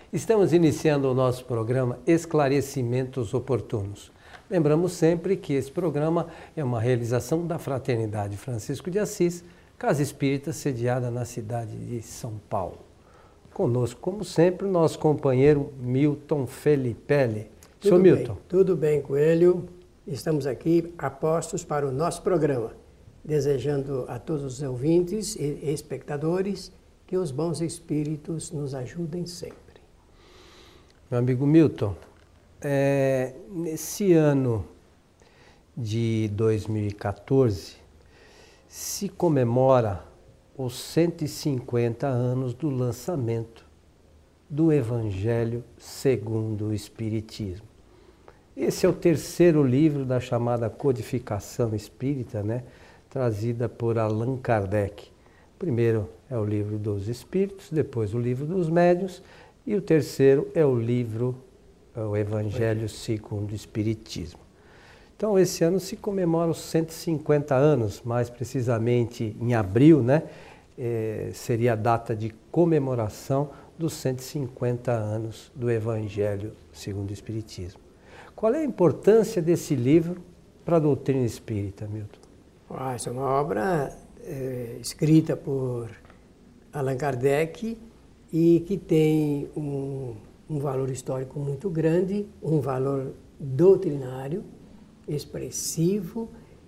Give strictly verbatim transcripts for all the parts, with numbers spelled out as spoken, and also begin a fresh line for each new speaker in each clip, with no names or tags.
Estamos iniciando o nosso programa Esclarecimentos Oportunos. Lembramos sempre que esse programa é uma realização da Fraternidade Francisco de Assis, Casa Espírita sediada na cidade de São Paulo. Conosco, como sempre, o nosso companheiro Milton Felipelli. Senhor Milton.
Tudo bem, Coelho. Estamos aqui apostos para o nosso programa, desejando a todos os ouvintes e espectadores que os bons espíritos nos ajudem sempre.
Meu amigo Milton, é, nesse ano de dois mil e quatorze, se comemora os cento e cinquenta anos do lançamento do Evangelho segundo o Espiritismo. Esse é o terceiro livro da chamada Codificação Espírita, né, trazida por Allan Kardec. Primeiro é o livro dos Espíritos, depois o livro dos Médiuns, e o terceiro é o livro, o Evangelho segundo o Espiritismo. Então, esse ano se comemora os cento e cinquenta anos, mais precisamente em abril, né? É, seria a data de comemoração dos cento e cinquenta anos do Evangelho segundo o Espiritismo. Qual é a importância desse livro para a doutrina espírita, Milton?
Ah, essa é uma obra é, escrita por Allan Kardec e que tem um, um valor histórico muito grande, um valor doutrinário, expressivo,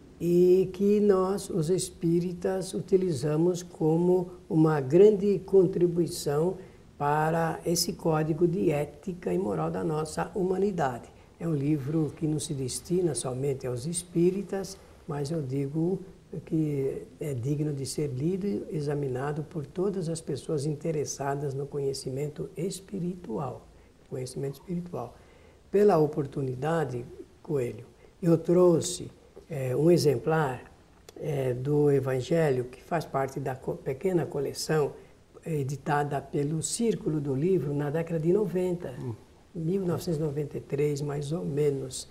e que nós, os espíritas, utilizamos como uma grande contribuição para esse código de ética e moral da nossa humanidade. É um livro que não se destina somente aos espíritas, mas eu digo que é digno de ser lido e examinado por todas as pessoas interessadas no conhecimento espiritual. Conhecimento espiritual. Pela oportunidade, Coelho, eu trouxe é, um exemplar é, do Evangelho, que faz parte da co- pequena coleção editada pelo Círculo do Livro na década de noventa, hum. mil novecentos e noventa e três, mais ou menos.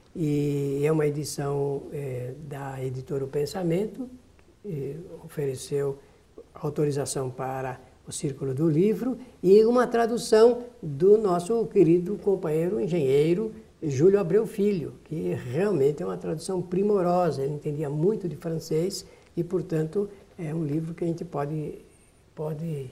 E é uma edição é, da editora O Pensamento, que ofereceu autorização para o Círculo do Livro, e uma tradução do nosso querido companheiro engenheiro Júlio Abreu Filho, que realmente é uma tradução primorosa. Ele entendia muito de francês e, portanto, é um livro que a gente pode, pode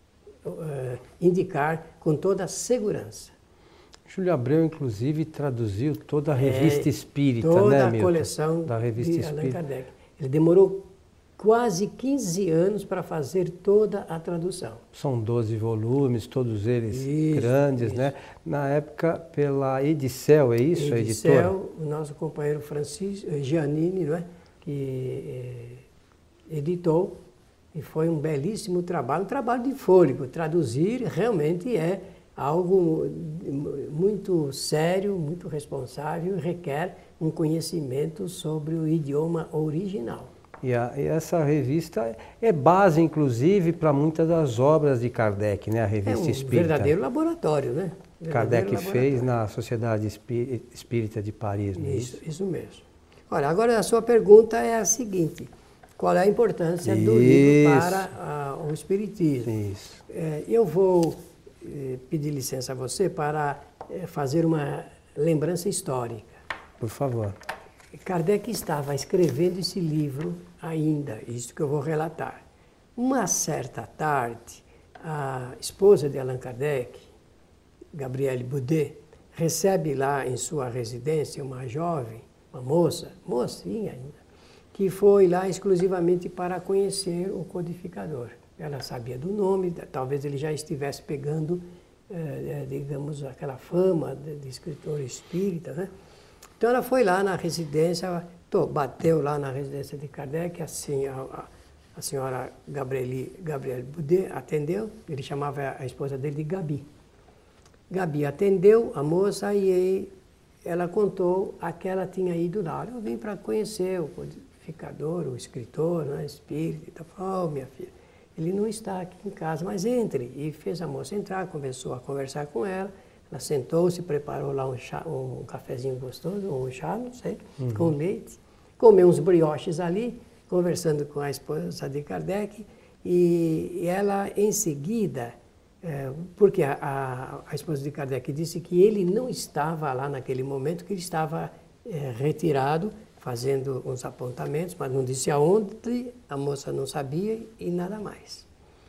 uh, indicar com toda a segurança.
Júlio Abreu, inclusive, traduziu toda a revista
é,
espírita,
toda
né,
a
Milton?
coleção
da revista
de
espírita.
Allan Kardec. Ele demorou quase quinze anos para fazer toda a tradução.
São doze volumes, todos eles
Isso,
grandes,
isso.
né? Na época, pela Edicel, é isso,
Edicel,
a editora?
o nosso companheiro Francisco Giannini, não é? que eh, editou, e foi um belíssimo trabalho, um trabalho de fôlego. Traduzir realmente é algo muito sério, muito responsável e requer um conhecimento sobre o idioma original.
E, a, e essa revista é base, inclusive, para muitas das obras de Kardec, né? A revista
é um
espírita.
verdadeiro laboratório, né? Verdadeiro
Kardec
laboratório.
fez na Sociedade Espí- Espírita de Paris, não é
Isso,
isso?
isso mesmo. Olha, agora a sua pergunta é a seguinte: qual é a importância do
Isso.
livro para a, o Espiritismo?
Isso.
É, eu vou eh, pedir licença a você para eh, fazer uma lembrança histórica.
Por favor.
Kardec estava escrevendo esse livro ainda, isso que eu vou relatar. Uma certa tarde, a esposa de Allan Kardec, Gabrielle Boudet, recebe lá em sua residência uma jovem, uma moça, mocinha ainda, que foi lá exclusivamente para conhecer o codificador. Ela sabia do nome, talvez ele já estivesse pegando, eh, digamos, aquela fama de, de escritor espírita, né? Então ela foi lá na residência, bateu lá na residência de Kardec, assim, a, a, a senhora Gabrielle, Gabrielle Boudet atendeu, ele chamava a esposa dele de Gabi. Gabi atendeu a moça e ela contou a que ela tinha ido lá. Eu vim para conhecer o codificador, o escritor, né, espírita. Então, falou, oh, minha filha, ele não está aqui em casa, mas entre. E fez a moça entrar, começou a conversar com ela. Ela sentou-se, preparou lá um, chá, um cafezinho gostoso, um chá, não sei, uhum. com leite. Comeu uns brioches ali, conversando com a esposa de Kardec. E ela, em seguida, É, porque a, a, a esposa de Kardec disse que ele não estava lá naquele momento, que ele estava é, retirado, fazendo uns apontamentos, mas não disse aonde, a moça não sabia e nada mais.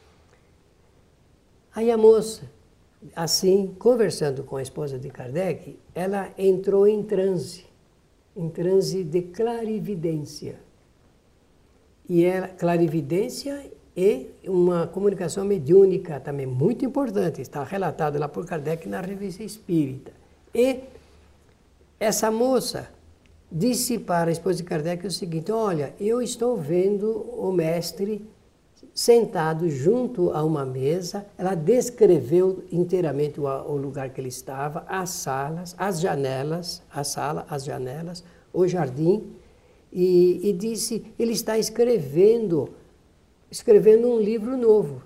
Aí a moça, assim, conversando com a esposa de Kardec, ela entrou em transe, em transe de clarividência. E ela, clarividência e uma comunicação mediúnica também muito importante, está relatado lá por Kardec na Revista Espírita. E essa moça disse para a esposa de Kardec o seguinte: olha, eu estou vendo o mestre sentado junto a uma mesa. Ela descreveu inteiramente o, o lugar que ele estava, as salas, as janelas, a sala, as janelas, o jardim, e, e disse, ele está escrevendo, escrevendo um livro novo.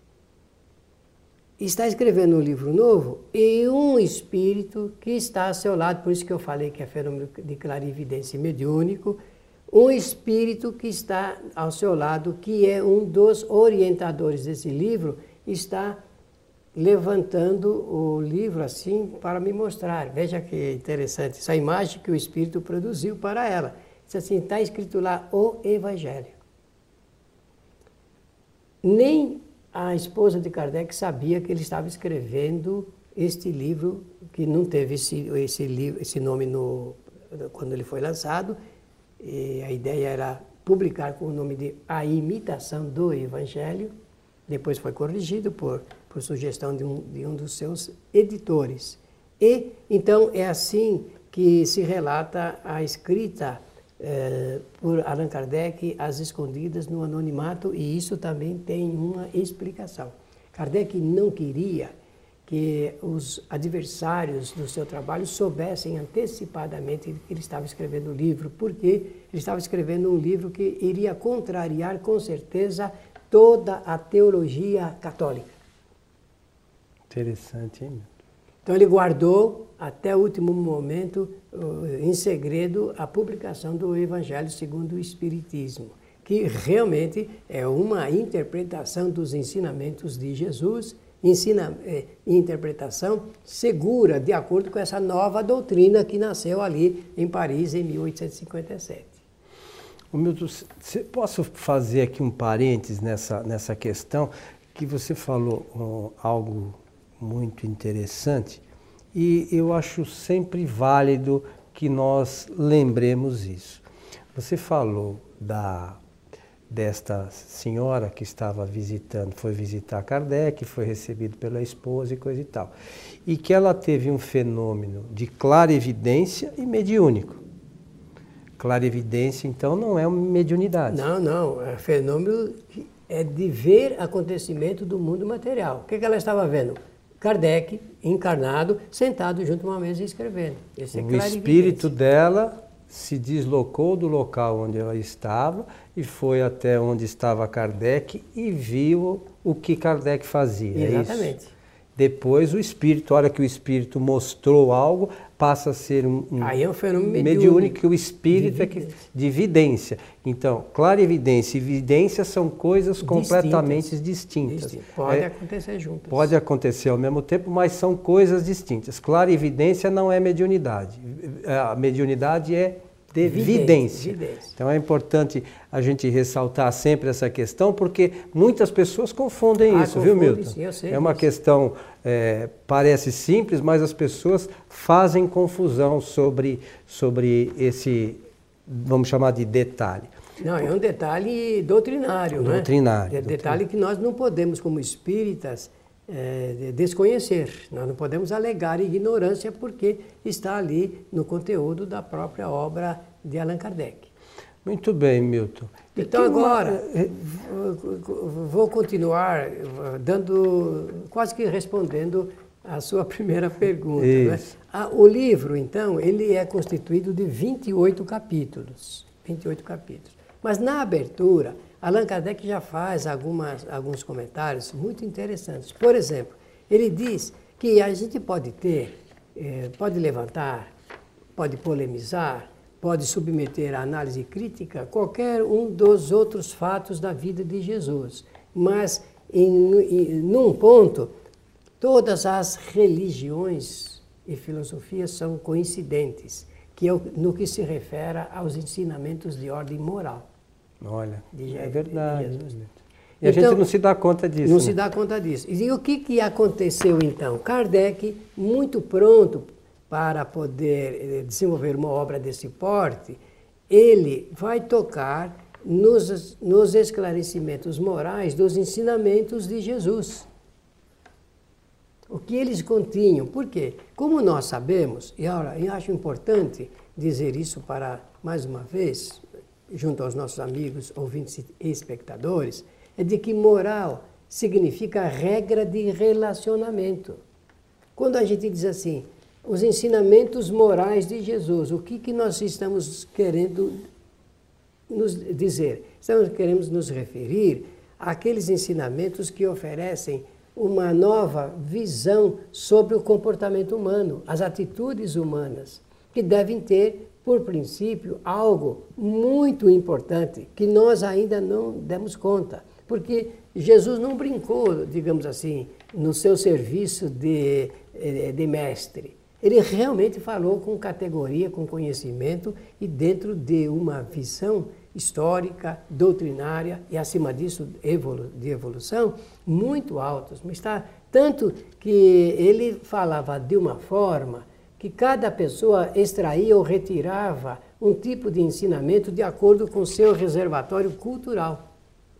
Está escrevendo um livro novo e um espírito que está ao seu lado, por isso que eu falei que é fenômeno de clarividência mediúnico, um espírito que está ao seu lado, que é um dos orientadores desse livro, está levantando o livro assim para me mostrar. Veja que interessante, essa imagem que o espírito produziu para ela. Diz assim, está escrito lá, o Evangelho. Nem a esposa de Kardec sabia que ele estava escrevendo este livro, que não teve esse, esse, livro, esse nome no, quando ele foi lançado. E a ideia era publicar com o nome de A Imitação do Evangelho. Depois foi corrigido por, por sugestão de um, de um dos seus editores. E, então, é assim que se relata a escrita eh, por Allan Kardec, às escondidas, no anonimato, e isso também tem uma explicação. Kardec não queria que os adversários do seu trabalho soubessem antecipadamente que ele estava escrevendo o livro, porque ele estava escrevendo um livro que iria contrariar, com certeza, toda a teologia católica.
Interessante, hein?
Então ele guardou até o último momento, em segredo, a publicação do Evangelho segundo o Espiritismo, que realmente é uma interpretação dos ensinamentos de Jesus, ensina, é, interpretação segura, de acordo com essa nova doutrina que nasceu ali em Paris em mil oitocentos e cinquenta e sete.
Milton, posso fazer aqui um parênteses nessa, nessa questão, que você falou um, algo muito interessante, e eu acho sempre válido que nós lembremos isso. Você falou da... desta senhora que estava visitando, foi visitar Kardec, foi recebido pela esposa e coisa e tal. E que ela teve um fenômeno de clarividência e mediúnico. Clarividência, então, não é uma mediunidade.
Não, não. É fenômeno é de ver acontecimento do mundo material. O que, que ela estava vendo? Kardec, encarnado, sentado junto a uma mesa e escrevendo. Esse é
o espírito dela se deslocou do local onde ela estava e foi até onde estava Kardec e viu o que Kardec fazia.
Exatamente.
É isso? Depois o espírito, a hora que o espírito mostrou algo, passa a ser um, um
Aí é um fenômeno mediúnico,
mediúnico, que o espírito de é que, de evidência. Então, clarividência e evidência são coisas completamente distintas.
distintas. Pode
é,
acontecer juntas.
Pode acontecer ao mesmo tempo, mas são coisas distintas. Clarividência não é mediunidade. A mediunidade é de evidência. Então é importante a gente ressaltar sempre essa questão, porque muitas pessoas confundem
ah,
isso,
confundem,
viu, Milton?
Sim, eu sei
é uma
disso.
questão, é, parece simples, mas as pessoas fazem confusão sobre, sobre esse, vamos chamar de detalhe.
Não, é um detalhe doutrinário, né?
Doutrinário.
É detalhe que nós não podemos, como espíritas, é, desconhecer. Nós não podemos alegar ignorância porque está ali no conteúdo da própria obra de Allan Kardec.
Muito bem, Milton.
Então agora, vou continuar dando, quase que respondendo a sua primeira pergunta. Né? O livro, então, ele é constituído de vinte e oito capítulos. vinte e oito capítulos. Mas na abertura, Allan Kardec já faz algumas, alguns comentários muito interessantes. Por exemplo, ele diz que a gente pode ter, eh, pode levantar, pode polemizar, pode submeter à análise crítica qualquer um dos outros fatos da vida de Jesus. Mas, em, em, num ponto, todas as religiões e filosofias são coincidentes, que é no que se refere aos ensinamentos de ordem moral.
Olha,
de,
é verdade.
De
e a
então,
gente não se dá conta disso.
Não
né?
se dá conta disso. E o que, que aconteceu então? Kardec, muito pronto para poder desenvolver uma obra desse porte, ele vai tocar nos, nos esclarecimentos morais dos ensinamentos de Jesus. O que eles continham. Por quê? Como nós sabemos, e olha, eu acho importante dizer isso para, mais uma vez, junto aos nossos amigos, ouvintes e espectadores, é de que moral significa regra de relacionamento. Quando a gente diz assim, os ensinamentos morais de Jesus, o que, que nós estamos querendo nos dizer? Estamos querendo nos referir àqueles ensinamentos que oferecem uma nova visão sobre o comportamento humano, as atitudes humanas, que devem ter, por princípio, algo muito importante que nós ainda não demos conta. Porque Jesus não brincou, digamos assim, no seu serviço de, de mestre. Ele realmente falou com categoria, com conhecimento e dentro de uma visão histórica, doutrinária e, acima disso, evolu- de evolução, muito altos. Mas está, tanto que ele falava de uma forma que cada pessoa extraía ou retirava um tipo de ensinamento de acordo com o seu reservatório cultural.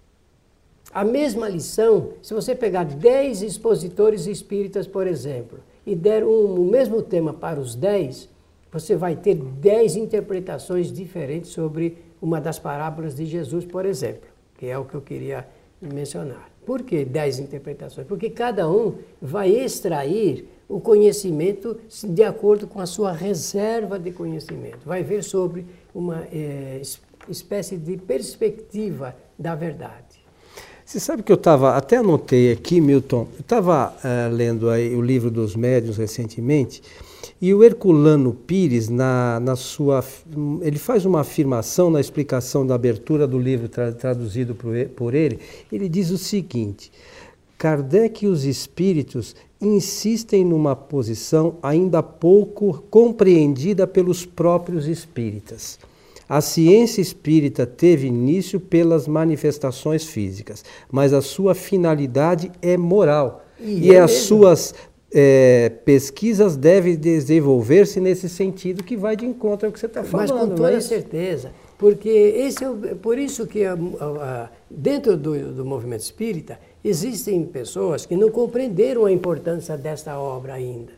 A mesma lição, se você pegar dez expositores espíritas, por exemplo, e der um, o mesmo tema para os dez, você vai ter dez interpretações diferentes sobre uma das parábolas de Jesus, por exemplo, que é o que eu queria mencionar. Por que dez interpretações? Porque cada um vai extrair o conhecimento de acordo com a sua reserva de conhecimento. Vai ver sobre uma é, espécie de perspectiva da verdade.
Você sabe que eu estava, até anotei aqui, Milton, eu estava uh, lendo aí o livro dos médiuns recentemente, e o Herculano Pires, na, na sua, ele faz uma afirmação na explicação da abertura do livro tra, traduzido por, por ele, ele diz o seguinte: Kardec e os espíritos insistem numa posição ainda pouco compreendida pelos próprios espíritas. A ciência espírita teve início pelas manifestações físicas, mas a sua finalidade é moral. E, e é as mesmo. suas é, pesquisas devem desenvolver-se nesse sentido que vai de encontro ao que você está falando.
Mas com toda mas... certeza, porque esse é o, por isso que a, a, dentro do, do movimento espírita existem pessoas que não compreenderam a importância desta obra ainda.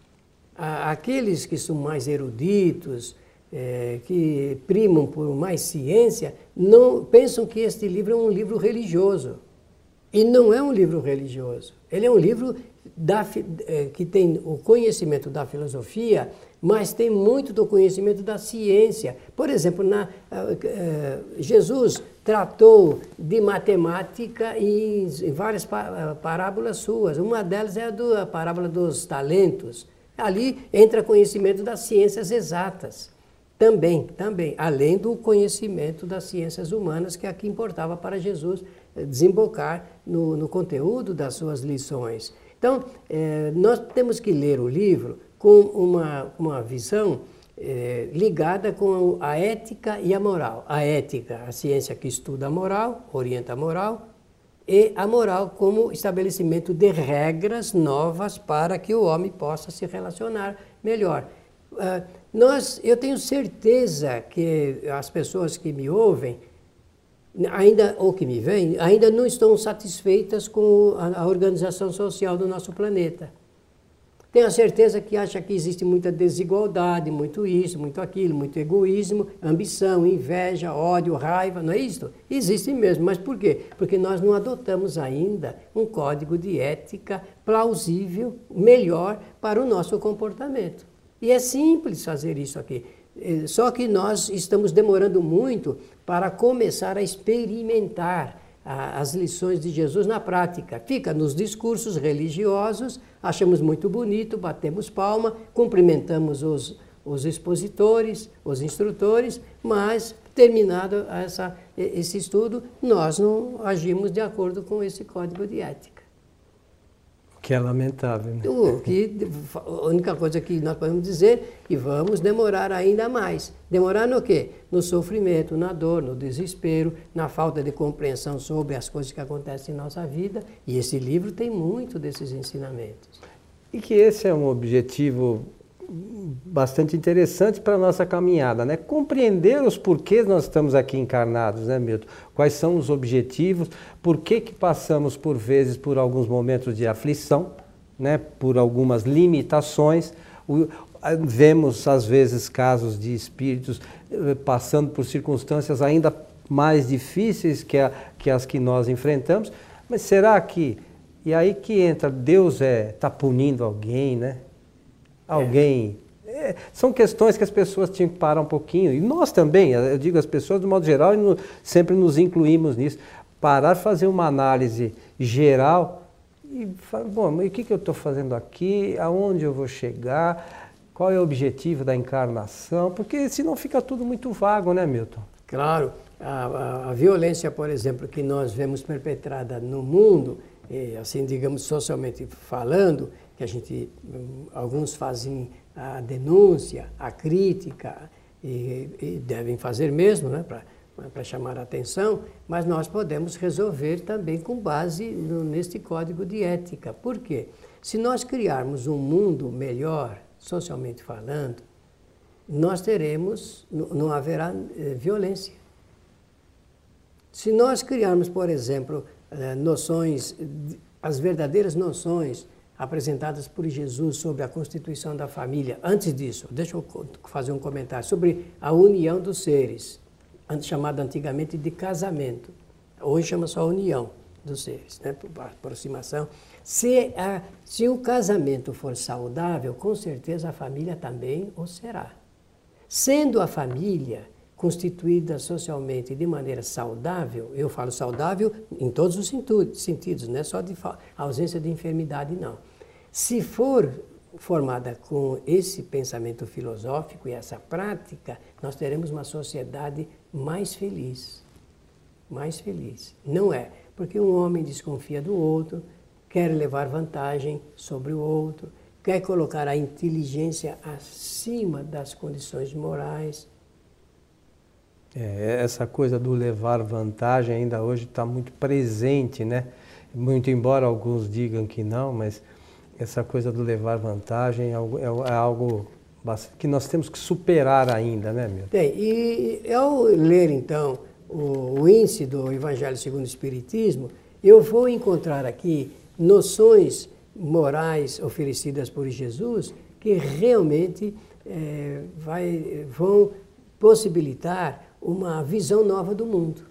Aqueles que são mais eruditos, É, que primam por mais ciência, não pensam que este livro é um livro religioso. E não é um livro religioso. Ele é um livro da, é, que tem o conhecimento da filosofia, mas tem muito do conhecimento da ciência. Por exemplo, na, é, Jesus tratou de matemática em, em várias parábolas suas. Uma delas é a, do, a parábola dos talentos. Ali entra conhecimento das ciências exatas. Também, também, além do conhecimento das ciências humanas, que é a que importava para Jesus desembocar no, no conteúdo das suas lições. Então, eh, nós temos que ler o livro com uma, uma visão eh, ligada com a ética e a moral. A ética, a ciência que estuda a moral, orienta a moral, e a moral como estabelecimento de regras novas para que o homem possa se relacionar melhor. Uh, nós, eu tenho certeza que as pessoas que me ouvem, ainda, ou que me veem, ainda não estão satisfeitas com a, a organização social do nosso planeta. Tenho a certeza que acha que existe muita desigualdade, muito isso, muito aquilo, muito egoísmo, ambição, inveja, ódio, raiva, não é isso? Existem mesmo, mas por quê? Porque nós não adotamos ainda um código de ética plausível, melhor para o nosso comportamento. E é simples fazer isso aqui, só que nós estamos demorando muito para começar a experimentar as lições de Jesus na prática. Fica nos discursos religiosos, achamos muito bonito, batemos palma, cumprimentamos os, os expositores, os instrutores, mas terminado essa, esse estudo, nós não agimos de acordo com esse código de ética.
Que é lamentável, né?
O que, a única coisa que nós podemos dizer é que vamos demorar ainda mais. Demorar no quê? No sofrimento, na dor, no desespero, na falta de compreensão sobre as coisas que acontecem em nossa vida. E esse livro tem muito desses ensinamentos.
E que esse é um objetivo bastante interessante para a nossa caminhada, né? Compreender os porquês nós estamos aqui encarnados, né, Milton? Quais são os objetivos, por que que passamos por vezes por alguns momentos de aflição, né? Por algumas limitações. O, vemos às vezes casos de espíritos eh, passando por circunstâncias ainda mais difíceis que, a, que as que nós enfrentamos, mas será que, e aí que entra, Deus é, está punindo alguém, né? Alguém... É, são questões que as pessoas tinham que parar um pouquinho, e nós também, eu digo as pessoas do modo geral, e no, sempre nos incluímos nisso, parar, fazer uma análise geral e falar, bom, mas o que, que eu estou fazendo aqui, aonde eu vou chegar, qual é o objetivo da encarnação, porque senão fica tudo muito vago, né, Milton?
Claro, a, a, a violência, por exemplo, que nós vemos perpetrada no mundo, eh, assim, digamos, socialmente falando, que a gente, alguns fazem a denúncia, a crítica, e, e devem fazer mesmo, né, para chamar a atenção, mas nós podemos resolver também com base no, neste código de ética. Por quê? Se nós criarmos um mundo melhor, socialmente falando, nós teremos, não haverá eh, violência. Se nós criarmos, por exemplo, eh, noções, as verdadeiras noções apresentadas por Jesus sobre a constituição da família. Antes disso, deixa eu fazer um comentário sobre a união dos seres, chamada antigamente de casamento. Hoje chama só união dos seres, né, por aproximação. Se, a, se o casamento for saudável, com certeza a família também o será. Sendo a família constituída socialmente de maneira saudável, eu falo saudável em todos os sentidos, não é só de ausência de enfermidade, não. Se for formada com esse pensamento filosófico e essa prática, nós teremos uma sociedade mais feliz. Mais feliz. Não é porque um homem desconfia do outro, quer levar vantagem sobre o outro, quer colocar a inteligência acima das condições morais.
É, essa coisa do levar vantagem ainda hoje está muito presente, né? Muito embora alguns digam que não, mas essa coisa do levar vantagem é algo, é algo que nós temos que superar ainda, né, Milton?
Tem, e ao ler então o, o índice do Evangelho segundo o Espiritismo, eu vou encontrar aqui noções morais oferecidas por Jesus que realmente é, vai, vão possibilitar uma visão nova do mundo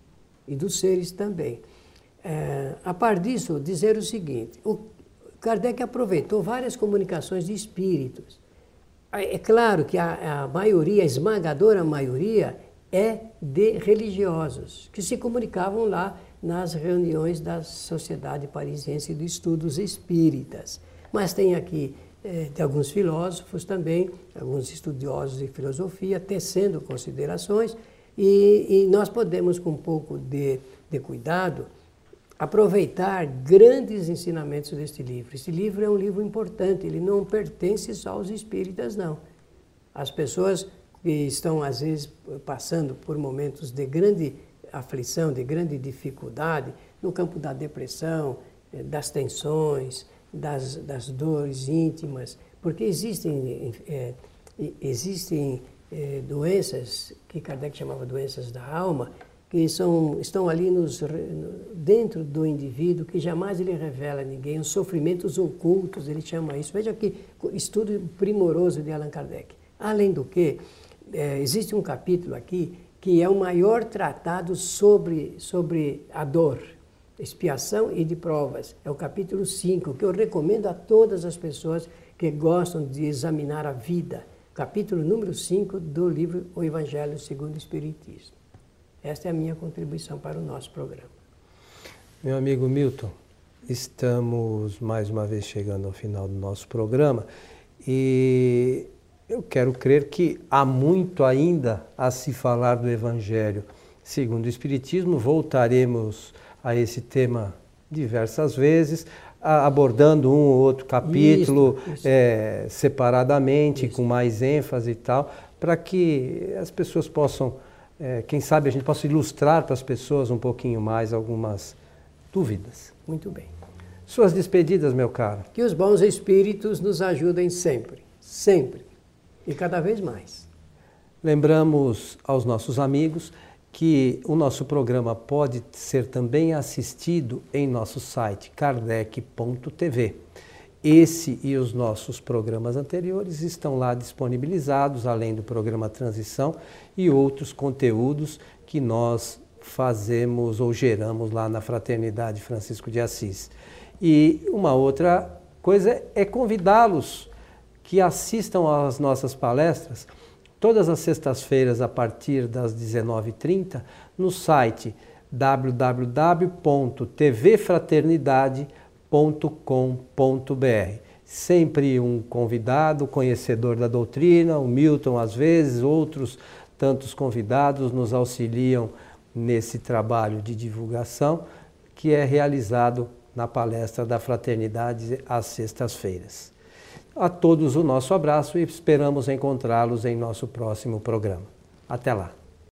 e dos seres também. É, a par disso, dizer o seguinte, o Kardec aproveitou várias comunicações de espíritos. É claro que a, a maioria, a esmagadora maioria, é de religiosos, que se comunicavam lá nas reuniões da Sociedade Parisiense de Estudos Espíritas. Mas tem aqui é, de alguns filósofos também, alguns estudiosos de filosofia, tecendo considerações, e, e nós podemos, com um pouco de, de cuidado, aproveitar grandes ensinamentos deste livro. Este livro é um livro importante, ele não pertence só aos espíritas, não. As pessoas que estão, às vezes, passando por momentos de grande aflição, de grande dificuldade, no campo da depressão, das tensões, das, das dores íntimas, porque existem, é, existem é, doenças, que Kardec chamava doenças da alma, que são, estão ali nos, dentro do indivíduo, que jamais ele revela a ninguém, os sofrimentos ocultos, ele chama isso. Veja que estudo primoroso de Allan Kardec. Além do que, é, existe um capítulo aqui que é o maior tratado sobre, sobre a dor, expiação e de provas. É o capítulo cinco, que eu recomendo a todas as pessoas que gostam de examinar a vida. Capítulo número cinco do livro O Evangelho segundo o Espiritismo. Esta é a minha contribuição para o nosso programa.
Meu amigo Milton, estamos mais uma vez chegando ao final do nosso programa e eu quero crer que há muito ainda a se falar do Evangelho segundo o Espiritismo. Voltaremos a esse tema diversas vezes. abordando um ou outro capítulo
isso, isso.
É, separadamente,
isso.
com mais ênfase e tal, para que as pessoas possam, é, quem sabe a gente possa ilustrar para as pessoas um pouquinho mais algumas dúvidas.
Muito bem.
Suas despedidas, meu caro.
Que os bons espíritos nos ajudem sempre, sempre e cada vez mais.
Lembramos aos nossos amigos que o nosso programa pode ser também assistido em nosso site kardec ponto t v. Esse e os nossos programas anteriores estão lá disponibilizados, além do programa Transição e outros conteúdos que nós fazemos ou geramos lá na Fraternidade Francisco de Assis. E uma outra coisa é convidá-los que assistam às nossas palestras todas as sextas-feiras a partir das dezenove e trinta no site w w w ponto t v fraternidade ponto com ponto b r. Sempre um convidado, conhecedor da doutrina, o Milton às vezes, outros tantos convidados nos auxiliam nesse trabalho de divulgação que é realizado na palestra da Fraternidade às sextas-feiras. A todos o nosso abraço e esperamos encontrá-los em nosso próximo programa. Até lá!